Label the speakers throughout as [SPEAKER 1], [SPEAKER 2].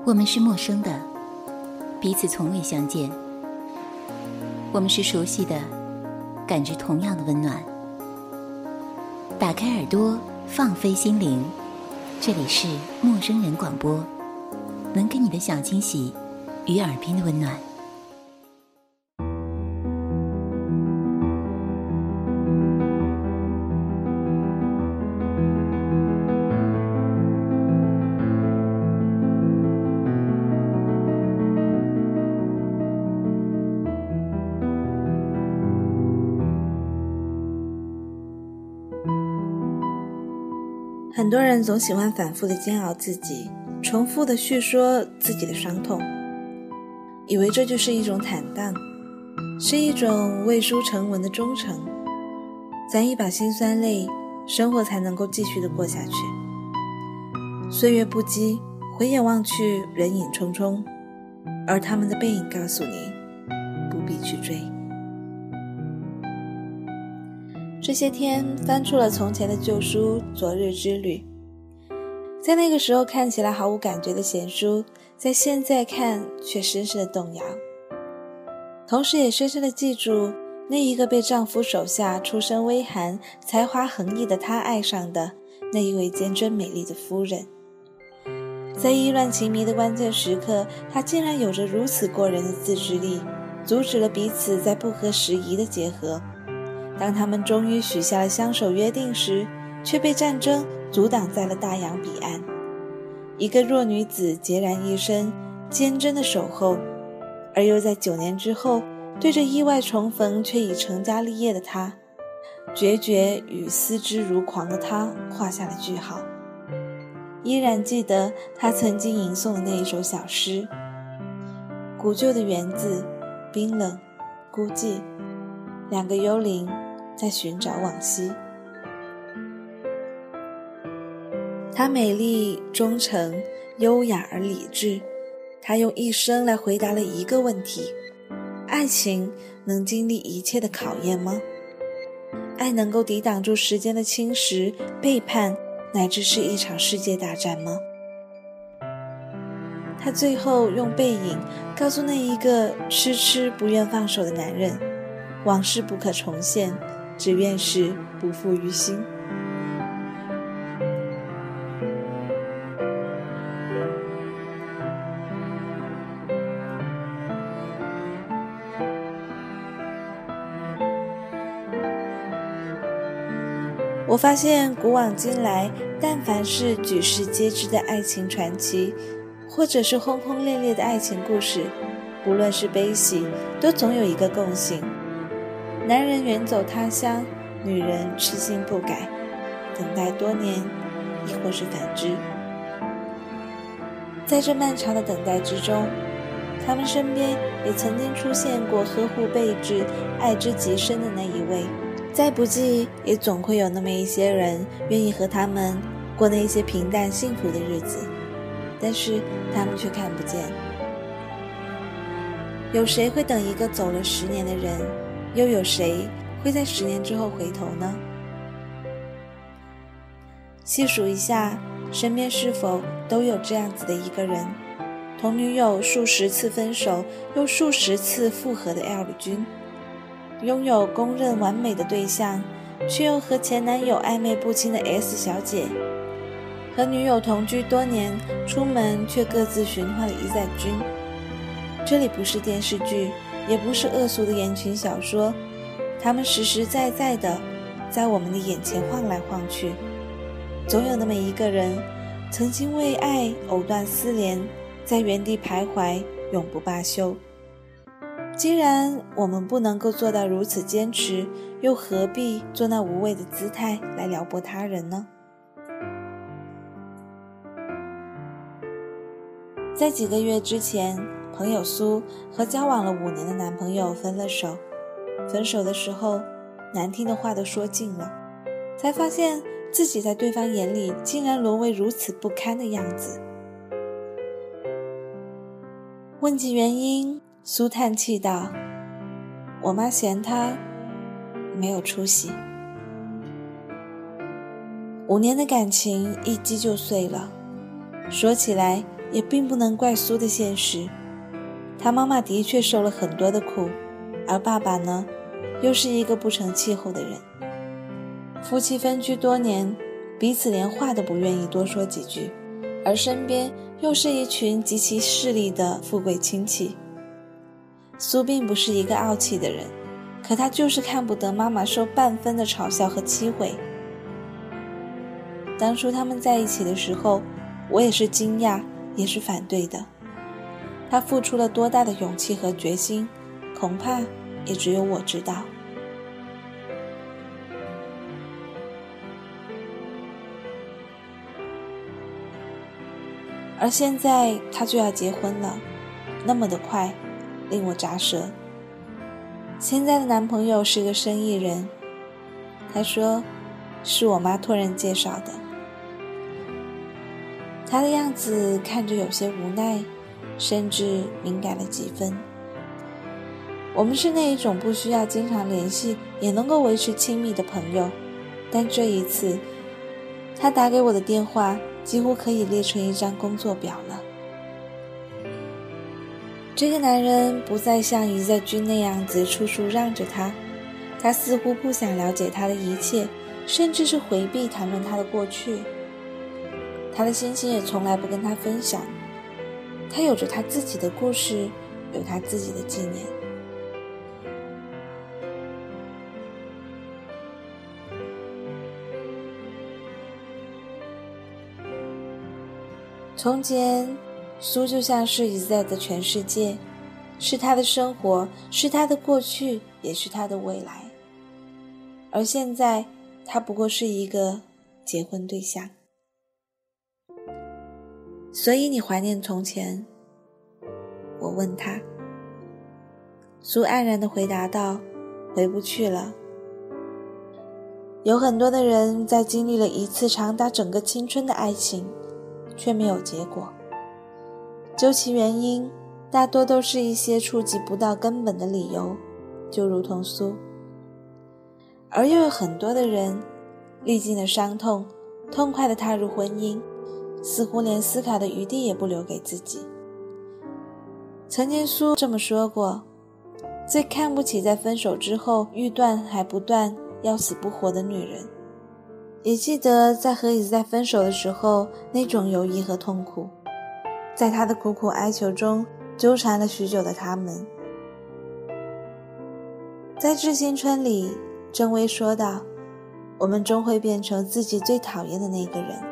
[SPEAKER 1] 我们是陌生的，彼此从未相见。我们是熟悉的，感知同样的温暖。打开耳朵，放飞心灵，这里是陌生人广播，能给你的小惊喜与耳边的温暖。
[SPEAKER 2] 很多人总喜欢反复地煎熬自己，重复地叙说自己的伤痛，以为这就是一种坦荡，是一种未书成文的忠诚。攒一把辛酸泪，生活才能够继续地过下去。岁月不羁，回眼望去，人影匆匆，而他们的背影告诉你，不必去追。这些天翻出了从前的旧书《昨日之旅》，在那个时候看起来毫无感觉的闲书，在现在看却深深的动摇，同时也深深的记住那一个被丈夫手下出身微寒、才华横溢的他爱上的那一位坚贞美丽的夫人。在意乱情迷的关键时刻，她竟然有着如此过人的自制力，阻止了彼此在不合时宜的结合。当他们终于许下了相守约定时，却被战争阻挡在了大洋彼岸。一个弱女子孑然一身，坚贞的守候，而又在9年之后对着意外重逢却已成家立业的他，决绝与思之如狂的他画下了句号。依然记得他曾经吟诵的那一首小诗：古旧的园子，冰冷孤寂，两个幽灵在寻找往昔。她美丽、忠诚、优雅而理智，她用一生来回答了一个问题：爱情能经历一切的考验吗？爱能够抵挡住时间的侵蚀、背叛，乃至是一场世界大战吗？她最后用背影告诉那一个痴痴不愿放手的男人，往事不可重现，只愿是不负于心。我发现古往今来，但凡是举世皆知的爱情传奇，或者是轰轰烈烈的爱情故事，不论是悲喜，都总有一个共性：男人远走他乡，女人痴心不改，等待多年，亦或是反之。在这漫长的等待之中，他们身边也曾经出现过呵护备至、爱之极深的那一位。再不济，也总会有那么一些人愿意和他们过那些平淡幸福的日子，但是他们却看不见。有谁会等一个走了10年的人，又有谁会在10年之后回头呢？细数一下，身边是否都有这样子的一个人，同女友数十次分手，又数十次复合的 L 君，拥有公认完美的对象，却又和前男友暧昧不清的 S 小姐，和女友同居多年，出门却各自寻欢的一载君。这里不是电视剧，也不是恶俗的言情小说，他们实实在在的在我们的眼前晃来晃去。总有那么一个人，曾经为爱藕断丝连，在原地徘徊，永不罢休。既然我们不能够做到如此坚持，又何必做那无谓的姿态来撩拨他人呢？在几个月之前，朋友苏和交往了5年的男朋友分了手。分手的时候，难听的话都说尽了，才发现自己在对方眼里竟然沦为如此不堪的样子。问及原因，苏叹气道：我妈嫌她没有出息。5年的感情一击就碎了，说起来也并不能怪苏的现实。他妈妈的确受了很多的苦，而爸爸呢，又是一个不成气候的人。夫妻分居多年，彼此连话都不愿意多说几句，而身边又是一群极其势利的富贵亲戚。苏并不是一个傲气的人，可他就是看不得妈妈受半分的嘲笑和欺毁。当初他们在一起的时候，我也是惊讶，也是反对的。他付出了多大的勇气和决心，恐怕也只有我知道。而现在他就要结婚了，那么的快，令我咋舌。现在的男朋友是个生意人，他说是我妈托人介绍的。他的样子看着有些无奈，甚至敏感了几分。我们是那一种不需要经常联系也能够维持亲密的朋友，但这一次他打给我的电话几乎可以列成一张工作表了。这个男人不再像一在军那样子处处让着他，他似乎不想了解他的一切，甚至是回避谈论他的过去。他的心情也从来不跟他分享，他有着他自己的故事，有他自己的纪念。从前苏就像是Izette的全世界，是他的生活，是他的过去，也是他的未来。而现在他不过是一个结婚对象。所以你怀念从前？我问他。苏黯然地回答道，回不去了。有很多的人在经历了一次长达整个青春的爱情，却没有结果。究其原因，大多都是一些触及不到根本的理由，就如同苏。而又有很多的人历尽了伤痛，痛快地踏入婚姻，似乎连思考的余地也不留给自己。曾经苏这么说过，最看不起在分手之后欲断还不断，要死不活的女人。也记得在和Izette分手的时候那种犹疑和痛苦，在他的苦苦哀求中纠缠了许久的他们。在致青春里，郑微说道，我们终会变成自己最讨厌的那个人。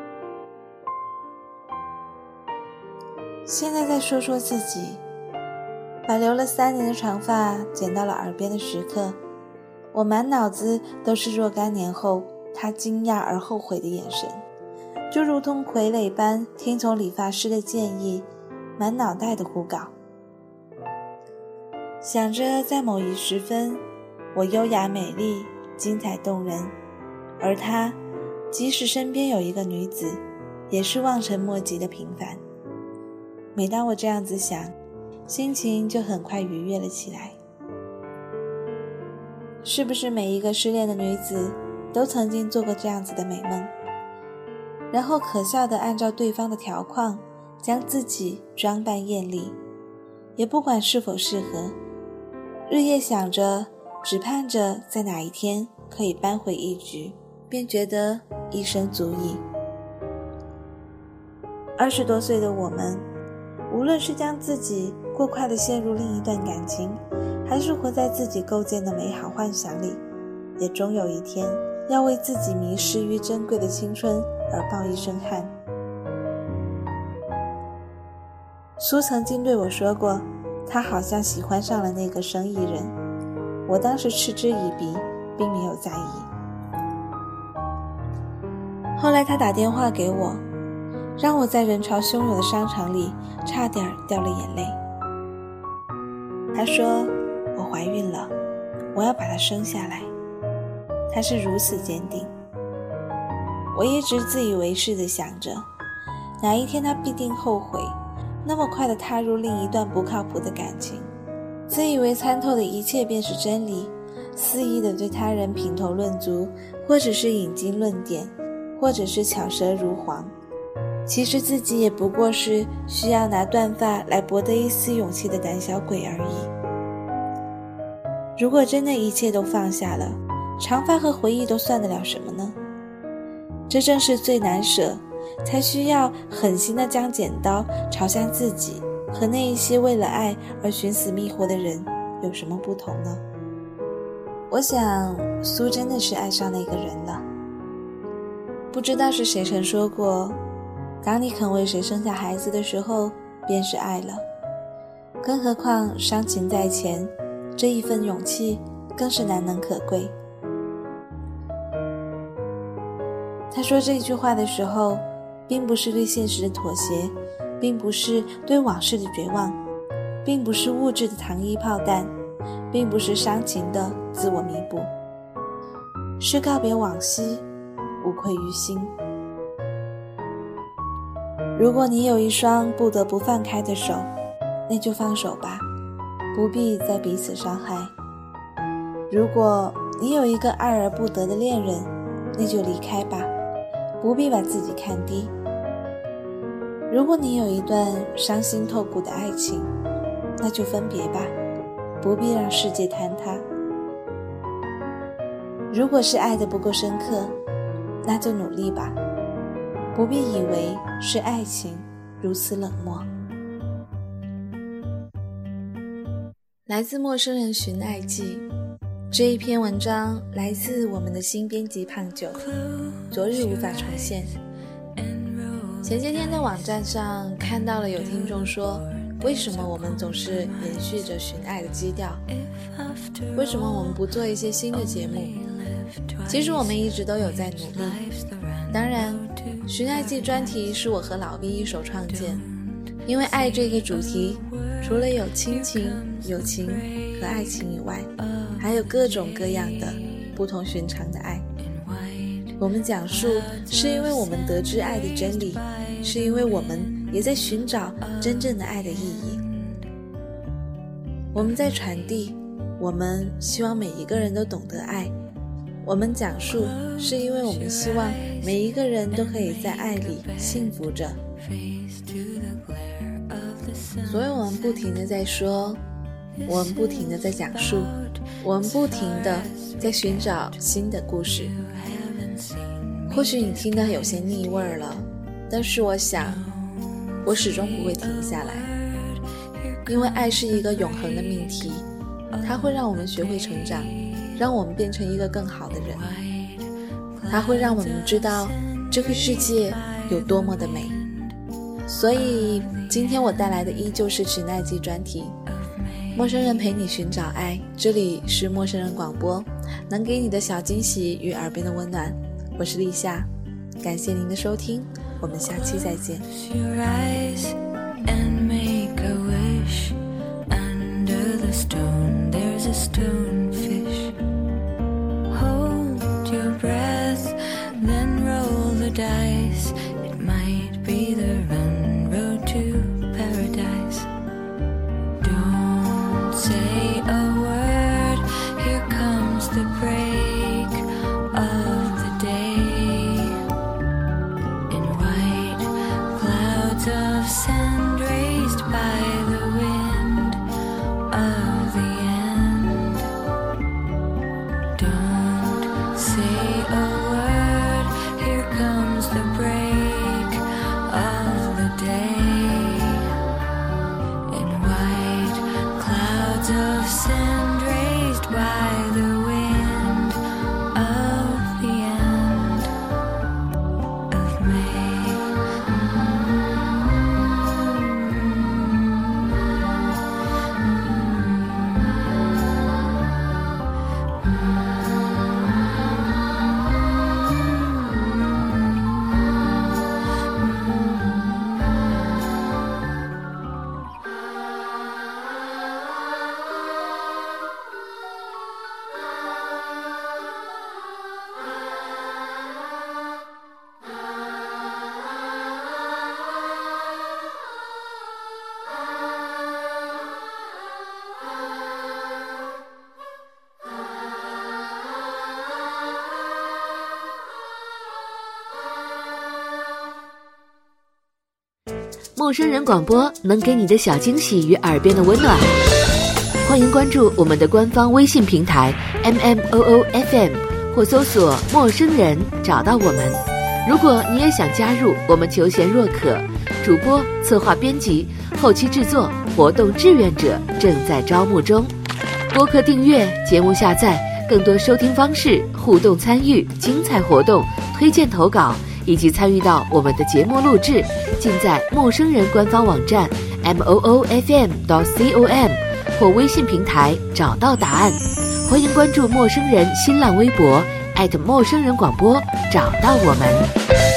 [SPEAKER 2] 现在再说说自己，把留了3年的长发剪到了耳边的时刻，我满脑子都是若干年后他惊讶而后悔的眼神，就如同傀儡般听从理发师的建议，满脑袋的胡搞。想着在某一时分，我优雅美丽，精彩动人，而他即使身边有一个女子，也是望尘莫及的平凡。每当我这样子想，心情就很快愉悦了起来。是不是每一个失恋的女子都曾经做过这样子的美梦，然后可笑地按照对方的条框将自己装扮艳丽，也不管是否适合，日夜想着，只盼着在哪一天可以扳回一局，便觉得一生足矣。20多岁的我们，无论是将自己过快地陷入另一段感情，还是活在自己构建的美好幻想里，也终有一天要为自己迷失于珍贵的青春而抱一身汗。苏曾经对我说过，他好像喜欢上了那个生意人，我当时嗤之以鼻，并没有在意。后来他打电话给我，让我在人潮汹涌的商场里差点掉了眼泪。他说我怀孕了，我要把她生下来。他是如此坚定。我一直自以为是地想着，哪一天他必定后悔那么快地踏入另一段不靠谱的感情，自以为参透的一切便是真理，肆意地对他人品头论足，或者是引经论典，或者是巧舌如簧。 其实自己也不过是需要拿断发来博得一丝勇气的胆小鬼而已。如果真的一切都放下了，长发和回忆都算得了什么呢？这正是最难舍，才需要狠心地将剪刀朝向自己和那一些为了爱而寻死觅活的人有什么不同呢？我想苏真的是爱上那个人了。不知道是谁曾说过，当你肯为谁生下孩子的时候，便是爱了。更何况伤情在前，这一份勇气更是难能可贵。他说这句话的时候，并不是对现实的妥协，并不是对往事的绝望，并不是物质的糖衣炮弹，并不是伤情的自我弥补，是告别往昔，无愧于心。如果你有一双不得不放开的手，那就放手吧，不必再彼此伤害。如果你有一个爱而不得的恋人，那就离开吧，不必把自己看低。如果你有一段伤心透骨的爱情，那就分别吧，不必让世界坍塌。如果是爱得不够深刻，那就努力吧，不必以为是爱情如此冷漠。来自陌生人寻爱记，这一篇文章来自我们的新编辑胖九，昨日无法重现。前些天在网站上看到了有听众说，为什么我们总是延续着寻爱的基调？为什么我们不做一些新的节目？其实我们一直都有在努力。当然，寻爱记专题是我和老毕一手创建，因为爱这个主题，除了有亲情、友情和爱情以外，还有各种各样的不同寻常的爱。我们讲述是因为我们得知爱的真理，是因为我们也在寻找真正的爱的意义。我们在传递，我们希望每一个人都懂得爱。我们讲述是因为我们希望每一个人都可以在爱里幸福着。所以我们不停地在说，我们不停地在讲述，我们不停地在寻找新的故事。或许你听得有些腻味了，但是我想我始终不会停下来，因为爱是一个永恒的命题，它会让我们学会成长，让我们变成一个更好的人，它会让我们知道这个世界有多么的美。所以今天我带来的依旧是寻爱记专题，陌生人陪你寻找爱，这里是陌生人广播，能给你的小惊喜与耳边的温暖。我是立夏，感谢您的收听，我们下期再见。
[SPEAKER 3] 陌生人广播能给你的小惊喜与耳边的温暖。欢迎关注我们的官方微信平台 MMOOFM， 或搜索陌生人找到我们。如果你也想加入，我们求贤若渴，主播、策划、编辑、后期制作、活动志愿者正在招募中。播客订阅、节目下载、更多收听方式、互动参与、精彩活动、推荐投稿以及参与到我们的节目录制，尽在陌生人官方网站 moofm.com 或微信平台找到答案。欢迎关注陌生人新浪微博陌生人广播，找到我们。